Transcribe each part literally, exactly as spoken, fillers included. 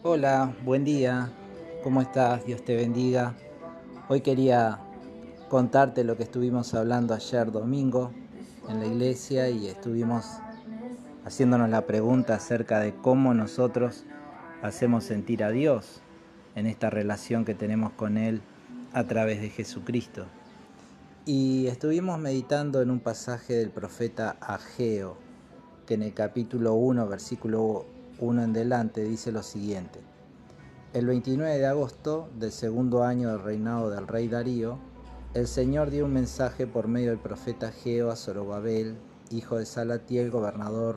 Hola, buen día. ¿Cómo estás? Dios te bendiga. Hoy quería contarte lo que estuvimos hablando ayer domingo en la iglesia y estuvimos haciéndonos la pregunta acerca de cómo nosotros hacemos sentir a Dios en esta relación que tenemos con Él a través de Jesucristo. Y estuvimos meditando en un pasaje del profeta Ageo, que en el capítulo uno, versículo uno en delante, dice lo siguiente. El veintinueve de agosto del segundo año del reinado del rey Darío, el Señor dio un mensaje por medio del profeta Ageo a Zorobabel, hijo de Salatiel, gobernador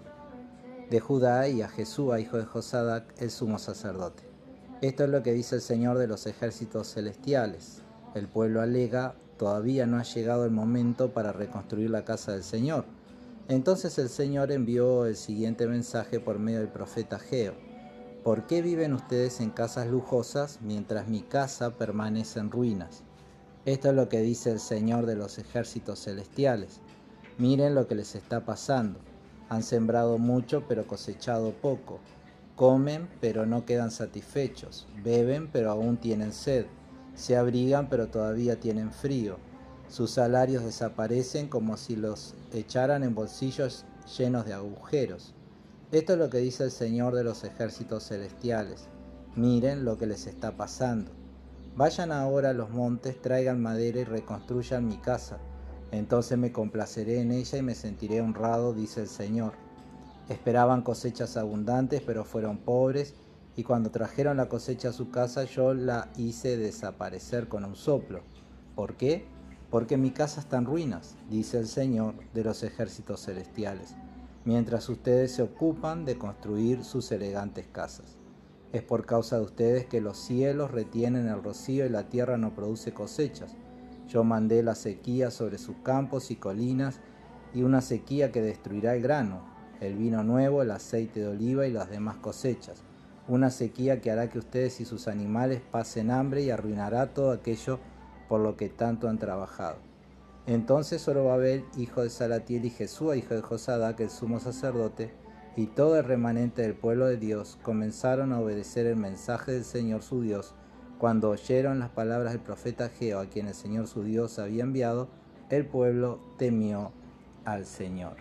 de Judá, y a Jesúa, hijo de Josadac, el sumo sacerdote. Esto es lo que dice el Señor de los ejércitos celestiales. El pueblo alega, todavía no ha llegado el momento para reconstruir la casa del Señor. Entonces el Señor envió el siguiente mensaje por medio del profeta Ageo. ¿Por qué viven ustedes en casas lujosas mientras mi casa permanece en ruinas? Esto es lo que dice el Señor de los ejércitos celestiales. Miren lo que les está pasando. Han sembrado mucho pero cosechado poco. Comen pero no quedan satisfechos. Beben pero aún tienen sed. Se abrigan pero todavía tienen frío. Sus salarios desaparecen como si los echaran en bolsillos llenos de agujeros. Esto es lo que dice el Señor de los ejércitos celestiales. Miren lo que les está pasando. Vayan ahora a los montes, traigan madera y reconstruyan mi casa. Entonces me complaceré en ella y me sentiré honrado, dice el Señor. Esperaban cosechas abundantes, pero fueron pobres, y cuando trajeron la cosecha a su casa, yo la hice desaparecer con un soplo. ¿Por qué? Porque mi casa está en ruinas, dice el Señor de los ejércitos celestiales, mientras ustedes se ocupan de construir sus elegantes casas. Es por causa de ustedes que los cielos retienen el rocío y la tierra no produce cosechas. Yo mandé la sequía sobre sus campos y colinas, y una sequía que destruirá el grano, el vino nuevo, el aceite de oliva y las demás cosechas. Una sequía que hará que ustedes y sus animales pasen hambre y arruinará todo aquello por lo que tanto han trabajado. Entonces Zorobabel, hijo de Salatiel, y Jesúa, hijo de Josadac, el sumo sacerdote, y todo el remanente del pueblo de Dios comenzaron a obedecer el mensaje del Señor su Dios. Cuando oyeron las palabras del profeta Ageo, a quien el Señor su Dios había enviado, el pueblo temió al Señor.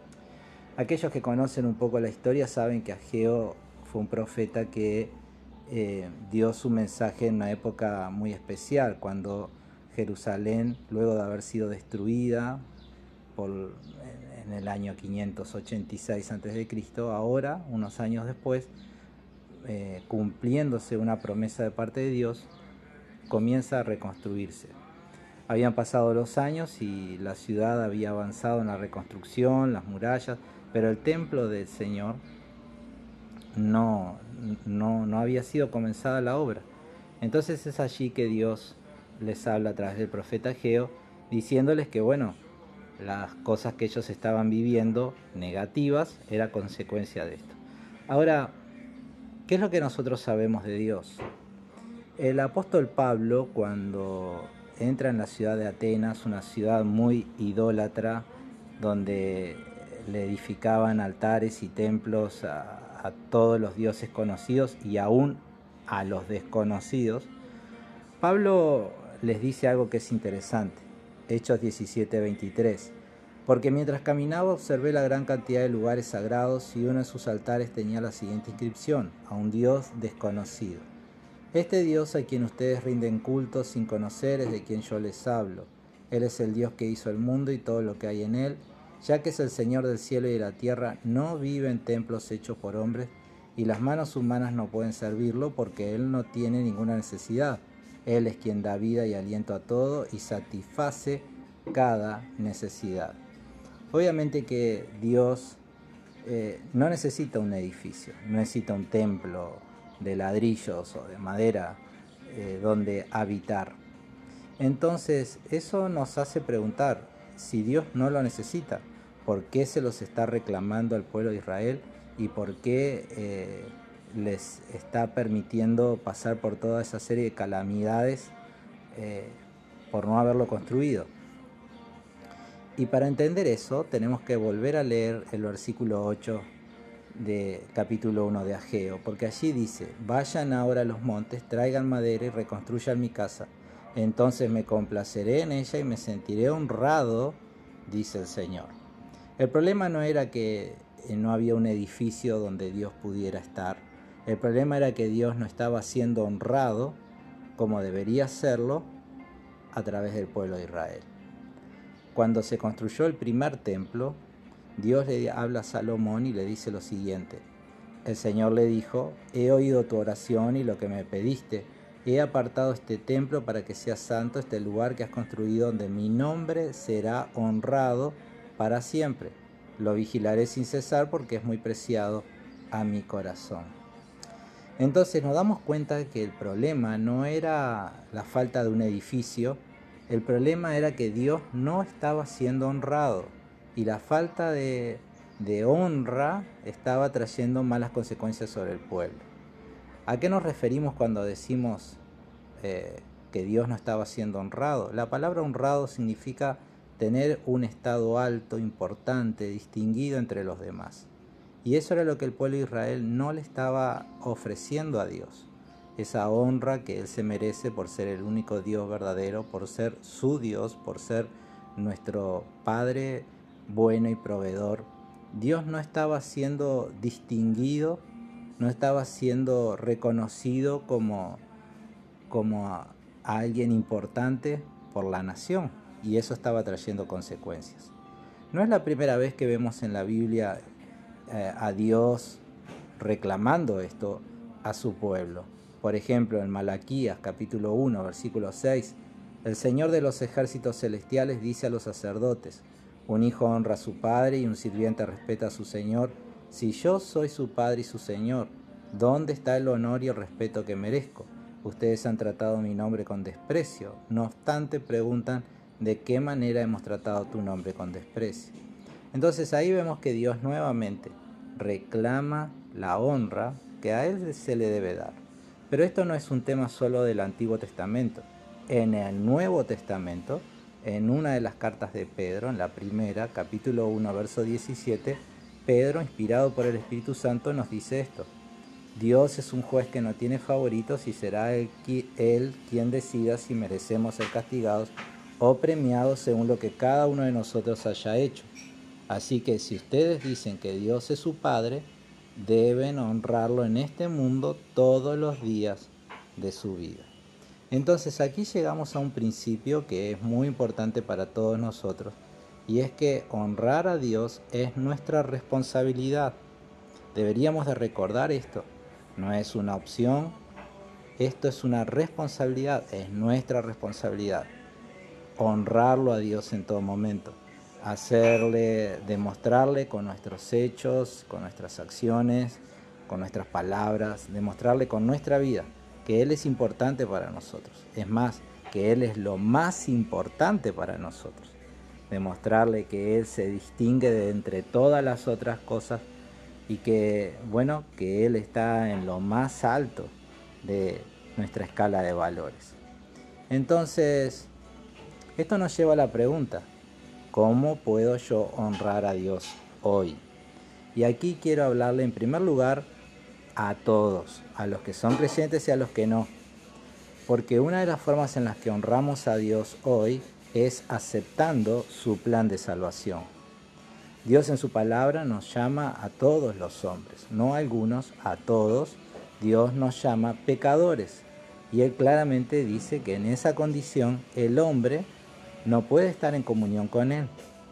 Aquellos que conocen un poco la historia saben que Ageo fue un profeta que eh, dio su mensaje en una época muy especial, cuando Jerusalén, luego de haber sido destruida por, en el año quinientos ochenta y seis antes de Cristo, ahora, unos años después, eh, cumpliéndose una promesa de parte de Dios, comienza a reconstruirse. Habían pasado los años y la ciudad había avanzado en la reconstrucción, las murallas, pero el templo del Señor no, no, no había sido comenzada la obra. Entonces es allí que Dios les habla a través del profeta Ageo, diciéndoles que bueno, las cosas que ellos estaban viviendo negativas era consecuencia de esto. Ahora, ¿qué es lo que nosotros sabemos de Dios? El apóstol Pablo, cuando entra en la ciudad de Atenas, una ciudad muy idólatra, donde le edificaban altares y templos a, a todos los dioses conocidos y aún a los desconocidos, Pablo les dice algo que es interesante. Hechos diecisiete veintitrés. Porque mientras caminaba observé la gran cantidad de lugares sagrados, y uno de sus altares tenía la siguiente inscripción: a un Dios desconocido. Este Dios a quien ustedes rinden culto sin conocer es de quien yo les hablo. Él es el Dios que hizo el mundo y todo lo que hay en él. Ya que es el Señor del cielo y de la tierra, no vive en templos hechos por hombres, y las manos humanas no pueden servirlo, porque Él no tiene ninguna necesidad. Él es quien da vida y aliento a todo y satisface cada necesidad. Obviamente que Dios eh, no necesita un edificio, no necesita un templo de ladrillos o de madera eh, donde habitar. Entonces eso nos hace preguntar, si Dios no lo necesita, ¿por qué se los está reclamando al pueblo de Israel y por qué eh, les está permitiendo pasar por toda esa serie de calamidades eh, por no haberlo construido? Y para entender eso tenemos que volver a leer el versículo ocho de capítulo uno de Ageo, porque allí dice: vayan ahora a los montes, traigan madera y reconstruyan mi casa, entonces me complaceré en ella y me sentiré honrado, dice el Señor. El problema no era que no había un edificio donde Dios pudiera estar, el problema era que Dios no estaba siendo honrado como debería serlo a través del pueblo de Israel. Cuando se construyó el primer templo, Dios le habla a Salomón y le dice lo siguiente: el Señor le dijo: he oído tu oración y lo que me pediste, he apartado este templo para que sea santo, este lugar que has construido donde mi nombre será honrado para siempre. Lo vigilaré sin cesar porque es muy preciado a mi corazón. Entonces nos damos cuenta de que el problema no era la falta de un edificio, el problema era que Dios no estaba siendo honrado y la falta de, de honra estaba trayendo malas consecuencias sobre el pueblo. ¿A qué nos referimos cuando decimos eh, que Dios no estaba siendo honrado? La palabra honrado significa tener un estado alto, importante, distinguido entre los demás. Y eso era lo que el pueblo de Israel no le estaba ofreciendo a Dios. Esa honra que Él se merece por ser el único Dios verdadero, por ser su Dios, por ser nuestro Padre bueno y proveedor. Dios no estaba siendo distinguido, no estaba siendo reconocido como, como a, a alguien importante por la nación, y eso estaba trayendo consecuencias. No es la primera vez que vemos en la Biblia eh, a Dios reclamando esto a su pueblo. Por ejemplo, en Malaquías capítulo uno, versículo seis, el Señor de los ejércitos celestiales dice a los sacerdotes: un hijo honra a su padre y un sirviente respeta a su señor. Si yo soy su padre y su señor, ¿dónde está el honor y el respeto que merezco? Ustedes han tratado mi nombre con desprecio. No obstante, preguntan: ¿de qué manera hemos tratado tu nombre con desprecio? Entonces ahí vemos que Dios nuevamente reclama la honra que a Él se le debe dar. Pero esto no es un tema solo del Antiguo Testamento. En el Nuevo Testamento, en una de las cartas de Pedro, en la primera, capítulo uno, verso diecisiete, Pedro, inspirado por el Espíritu Santo, nos dice esto: Dios es un juez que no tiene favoritos y será él, él quien decida si merecemos ser castigados o premiados según lo que cada uno de nosotros haya hecho. Así que si ustedes dicen que Dios es su Padre, deben honrarlo en este mundo todos los días de su vida. Entonces aquí llegamos a un principio que es muy importante para todos nosotros, y es que honrar a Dios es nuestra responsabilidad. Deberíamos de recordar esto. No es una opción, esto es una responsabilidad, es nuestra responsabilidad. Honrarlo a Dios en todo momento. Hacerle, demostrarle con nuestros hechos, con nuestras acciones, con nuestras palabras, demostrarle con nuestra vida que Él es importante para nosotros. Es más, que Él es lo más importante para nosotros. Demostrarle que Él se distingue de entre todas las otras cosas y que, bueno, que Él está en lo más alto de nuestra escala de valores. Entonces, esto nos lleva a la pregunta: ¿cómo puedo yo honrar a Dios hoy? Y aquí quiero hablarle en primer lugar a todos, a los que son creyentes y a los que no. Porque una de las formas en las que honramos a Dios hoy es aceptando su plan de salvación. Dios en su palabra nos llama a todos los hombres, no a algunos, a todos. Dios nos llama pecadores. Y Él claramente dice que en esa condición el hombre no puede estar en comunión con Él.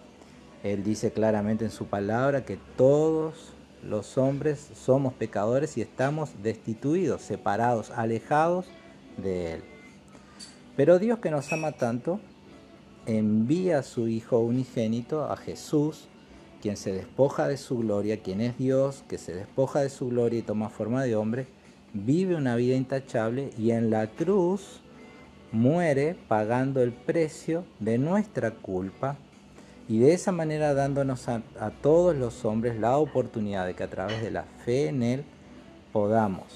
Él dice claramente en su palabra que todos los hombres somos pecadores y estamos destituidos, separados, alejados de Él. Pero Dios, que nos ama tanto, envía a su Hijo unigénito, a Jesús, quien se despoja de su gloria, quien es Dios, que se despoja de su gloria y toma forma de hombre, vive una vida intachable y en la cruz muere pagando el precio de nuestra culpa, y de esa manera dándonos a, a todos los hombres la oportunidad de que a través de la fe en Él podamos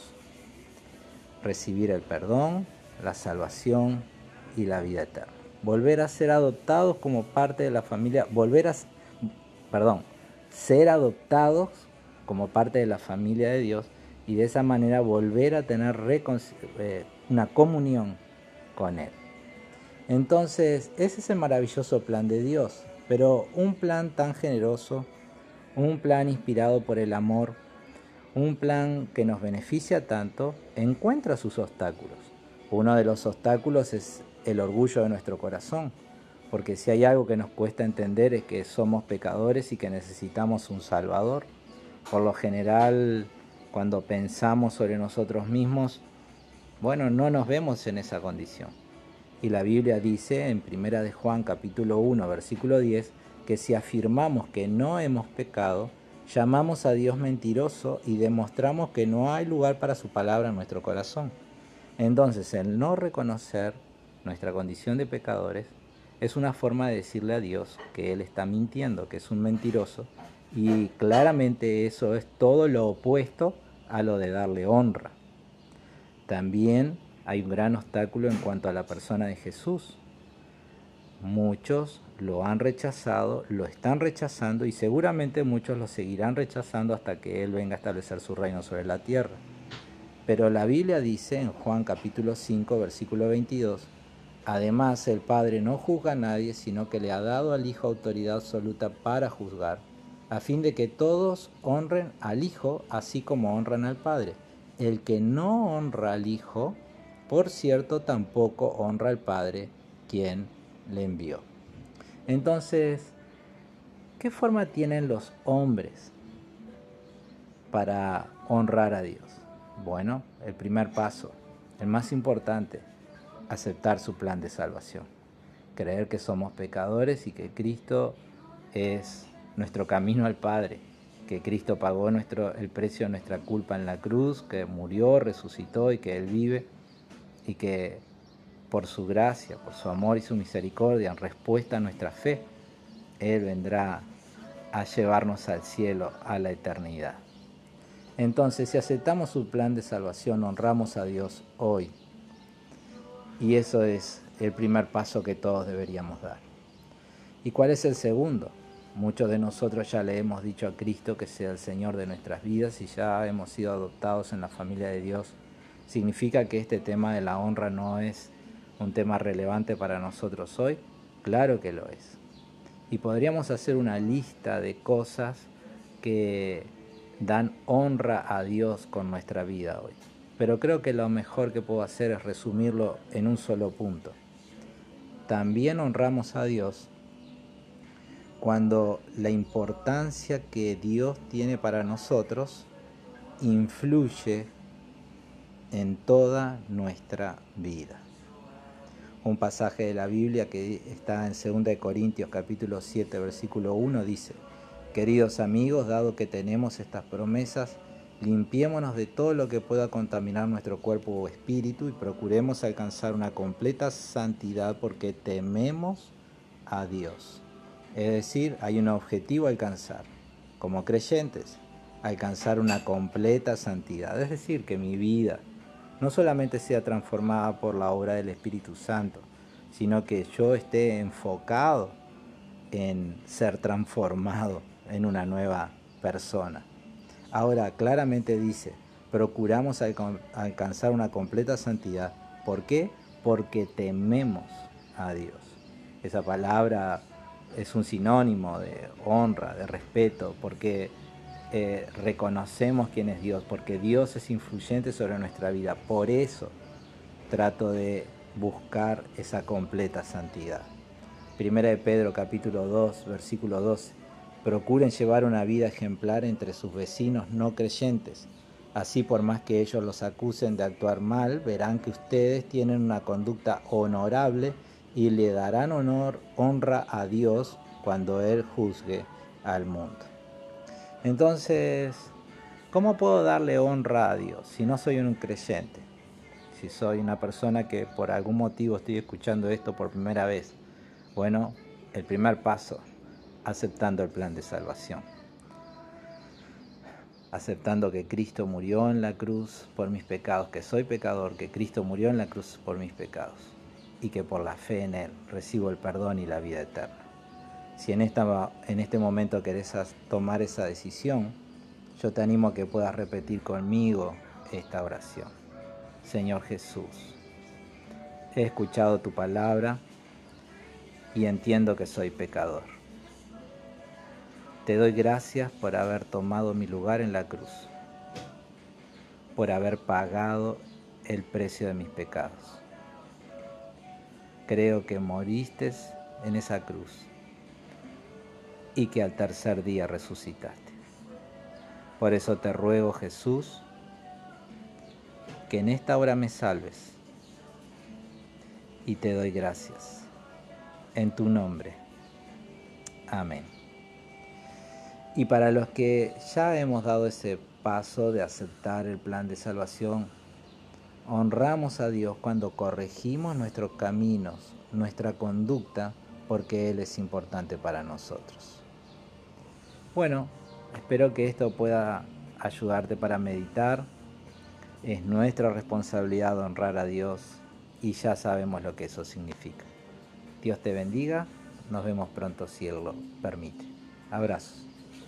recibir el perdón, la salvación y la vida eterna. Volver a ser adoptados como parte de la familia, volver a, perdón, ser adoptados como parte de la familia de Dios y de esa manera volver a tener eh, una comunión con Él. Entonces, ese es el maravilloso plan de Dios, pero un plan tan generoso, un plan inspirado por el amor, un plan que nos beneficia tanto, encuentra sus obstáculos. Uno de los obstáculos es el orgullo de nuestro corazón, porque si hay algo que nos cuesta entender es que somos pecadores y que necesitamos un Salvador. Por lo general, cuando pensamos sobre nosotros mismos, bueno, no nos vemos en esa condición. Y la Biblia dice en Primera de Juan capítulo uno, versículo diez, que si afirmamos que no hemos pecado, llamamos a Dios mentiroso y demostramos que no hay lugar para su palabra en nuestro corazón. Entonces, el no reconocer nuestra condición de pecadores es una forma de decirle a Dios que Él está mintiendo, que es un mentiroso, y claramente eso es todo lo opuesto a lo de darle honra. También hay un gran obstáculo en cuanto a la persona de Jesús. Muchos lo han rechazado, lo están rechazando y seguramente muchos lo seguirán rechazando hasta que Él venga a establecer su reino sobre la tierra. Pero la Biblia dice en Juan capítulo cinco, versículo veintidós, además el Padre no juzga a nadie, sino que le ha dado al Hijo autoridad absoluta para juzgar, a fin de que todos honren al Hijo así como honran al Padre. El que no honra al Hijo, por cierto, tampoco honra al Padre, quien le envió. Entonces, ¿qué forma tienen los hombres para honrar a Dios? Bueno, el primer paso, el más importante, aceptar su plan de salvación. Creer que somos pecadores y que Cristo es nuestro camino al Padre, que Cristo pagó nuestro, el precio de nuestra culpa en la cruz, que murió, resucitó y que Él vive, y que por su gracia, por su amor y su misericordia, en respuesta a nuestra fe, Él vendrá a llevarnos al cielo, a la eternidad. Entonces, si aceptamos su plan de salvación, honramos a Dios hoy. Y eso es el primer paso que todos deberíamos dar. ¿Y cuál es el segundo? Muchos de nosotros ya le hemos dicho a Cristo que sea el Señor de nuestras vidas y ya hemos sido adoptados en la familia de Dios. ¿Significa que este tema de la honra no es un tema relevante para nosotros hoy? Claro que lo es. Y podríamos hacer una lista de cosas que dan honra a Dios con nuestra vida hoy. Pero creo que lo mejor que puedo hacer es resumirlo en un solo punto. También honramos a Dios cuando la importancia que Dios tiene para nosotros influye en toda nuestra vida. Un pasaje de la Biblia que está en segunda de Corintios capítulo siete versículo uno dice: queridos amigos, dado que tenemos estas promesas, limpiémonos de todo lo que pueda contaminar nuestro cuerpo o espíritu y procuremos alcanzar una completa santidad porque tememos a Dios. Es decir, hay un objetivo a alcanzar. Como creyentes, alcanzar una completa santidad. Es decir, que mi vida no solamente sea transformada por la obra del Espíritu Santo, sino que yo esté enfocado en ser transformado en una nueva persona. Ahora, claramente dice, procuramos alcanzar una completa santidad. ¿Por qué? Porque tememos a Dios. Esa palabra es un sinónimo de honra, de respeto, porque eh, reconocemos quién es Dios, porque Dios es influyente sobre nuestra vida. Por eso trato de buscar esa completa santidad. Primera de Pedro capítulo dos, versículo doce. Procuren llevar una vida ejemplar entre sus vecinos no creyentes. Así, por más que ellos los acusen de actuar mal, verán que ustedes tienen una conducta honorable y le darán honor, honra a Dios cuando Él juzgue al mundo. Entonces, ¿cómo puedo darle honra a Dios si no soy un creyente? Si soy una persona que por algún motivo estoy escuchando esto por primera vez. Bueno, el primer paso, aceptando el plan de salvación. Aceptando que Cristo murió en la cruz por mis pecados, que soy pecador, que Cristo murió en la cruz por mis pecados y que por la fe en Él recibo el perdón y la vida eterna. Si en, esta, en este momento querés tomar esa decisión, yo te animo a que puedas repetir conmigo esta oración. Señor Jesús, he escuchado tu palabra y entiendo que soy pecador. Te doy gracias por haber tomado mi lugar en la cruz, por haber pagado el precio de mis pecados. Creo que moriste en esa cruz y que al tercer día resucitaste. Por eso te ruego, Jesús, que en esta hora me salves y te doy gracias. En tu nombre. Amén. Y para los que ya hemos dado ese paso de aceptar el plan de salvación, honramos a Dios cuando corregimos nuestros caminos, nuestra conducta, porque Él es importante para nosotros. Bueno, espero que esto pueda ayudarte para meditar. Es nuestra responsabilidad honrar a Dios y ya sabemos lo que eso significa. Dios te bendiga. Nos vemos pronto si Él lo permite. Abrazos.